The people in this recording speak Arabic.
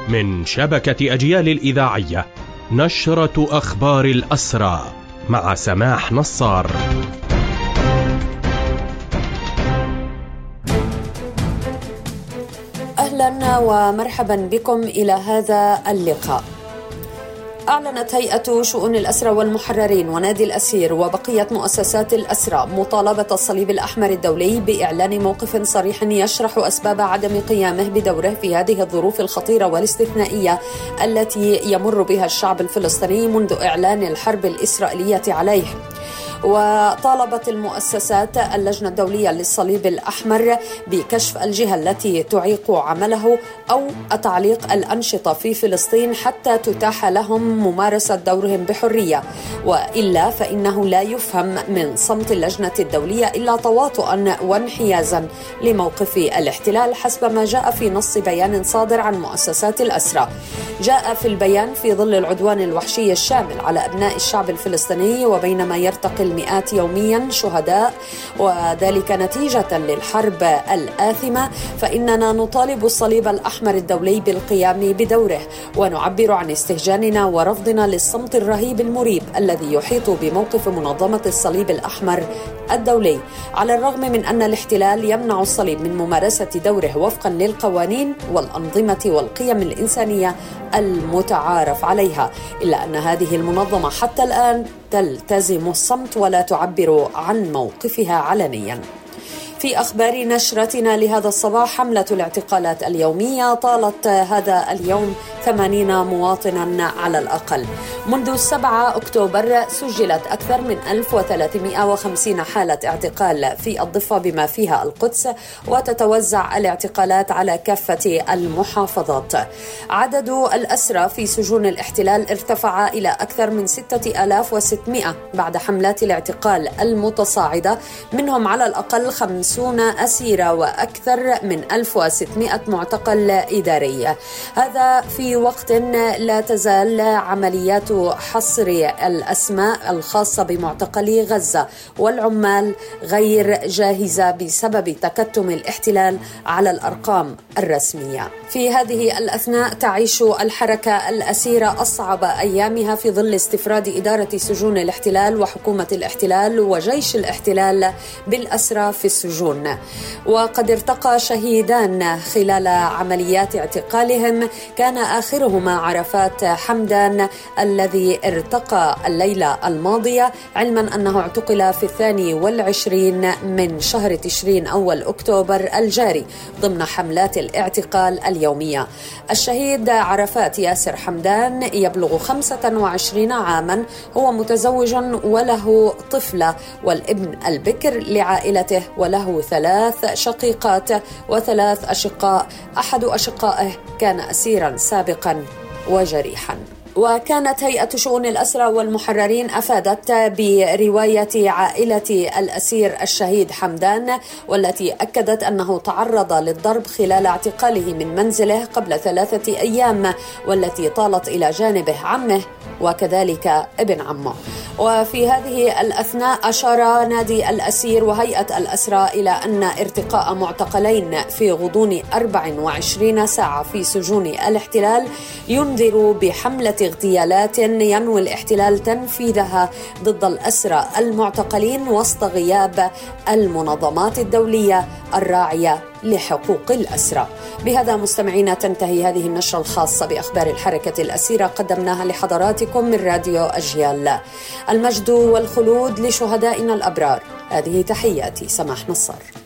من شبكة أجيال الإذاعية، نشرة أخبار الأسرى مع سماح نصار. أهلا ومرحبا بكم إلى هذا اللقاء. أعلنت هيئة شؤون الأسرى والمحررين ونادي الأسير وبقية مؤسسات الأسرى مطالبة الصليب الأحمر الدولي بإعلان موقف صريح يشرح أسباب عدم قيامه بدوره في هذه الظروف الخطيرة والاستثنائية التي يمر بها الشعب الفلسطيني منذ إعلان الحرب الإسرائيلية عليه. وطالبت المؤسسات اللجنة الدولية للصليب الأحمر بكشف الجهة التي تعيق عمله أو تعليق الأنشطة في فلسطين حتى تتاح لهم ممارسة دورهم بحرية، وإلا فإنه لا يفهم من صمت اللجنة الدولية إلا تواطؤا وانحيازا لموقف الاحتلال حسب ما جاء في نص بيان صادر عن مؤسسات الأسرى. جاء في البيان في ظل العدوان الوحشي الشامل على أبناء الشعب الفلسطيني، وبينما يرتقي المئات يوميا شهداء وذلك نتيجة للحرب الآثمة، فإننا نطالب الصليب الأحمر الدولي بالقيام بدوره، ونعبر عن استهجاننا ورفضنا للصمت الرهيب المريب الذي يحيط بموقف منظمة الصليب الأحمر الدولي، على الرغم من أن الاحتلال يمنع الصليب من ممارسة دوره وفقا للقوانين والأنظمة والقيم الإنسانية المتعارف عليها، إلا أن هذه المنظمة حتى الآن تلتزم الصمت ولا تعبر عن موقفها علنيا. في أخبار نشرتنا لهذا الصباح، حملة الاعتقالات اليومية طالت هذا اليوم 80 مواطنا على الأقل. منذ 7 أكتوبر سجلت أكثر من 1350 حالة اعتقال في الضفة بما فيها القدس، وتتوزع الاعتقالات على كافة المحافظات. عدد الأسرى في سجون الاحتلال ارتفع إلى أكثر من 6600 بعد حملات الاعتقال المتصاعدة، منهم على الأقل 50 أسيرة وأكثر من 1600 معتقل إداري. هذا في وقت لا تزال عمليات حصر الأسماء الخاصة بمعتقلي غزة والعمال غير جاهزة بسبب تكتم الاحتلال على الأرقام الرسمية. في هذه الأثناء تعيش الحركة الأسيرة أصعب أيامها في ظل استفراد إدارة سجون الاحتلال وحكومة الاحتلال وجيش الاحتلال بالأسرى في السجون. وقد ارتقى شهيدان خلال عمليات اعتقالهم، كان آخرهما عرفات حمدان الذي ارتقى الليلة الماضية، علما أنه اعتقل في 22 من شهر تشرين أول أكتوبر الجاري ضمن حملات الاعتقال اليومية. الشهيد عرفات ياسر حمدان يبلغ 25 عاما، هو متزوج وله طفلة والابن البكر لعائلته، وله 3 شقيقات و3 أشقاء. أحد أشقائه كان أسيرا سابقا وجريحا. وكانت هيئة شؤون الأسرى والمحررين أفادت برواية عائلة الأسير الشهيد حمدان، والتي أكدت أنه تعرض للضرب خلال اعتقاله من منزله قبل 3 أيام، والتي طالت إلى جانبه عمه وكذلك ابن عمه. وفي هذه الأثناء أشار نادي الأسير وهيئة الأسرى إلى أن ارتقاء معتقلين في غضون 24 ساعة في سجون الاحتلال ينذر بحملة اغتيالات ينوي الاحتلال تنفيذها ضد الأسرى المعتقلين وسط غياب المنظمات الدولية الراعية لحقوق الأسرى. بهذا مستمعينا تنتهي هذه النشرة الخاصة بأخبار الحركة الأسيرة، قدمناها لحضراتكم من راديو أجيال. المجد والخلود لشهدائنا الأبرار. هذه تحياتي سماح نصار.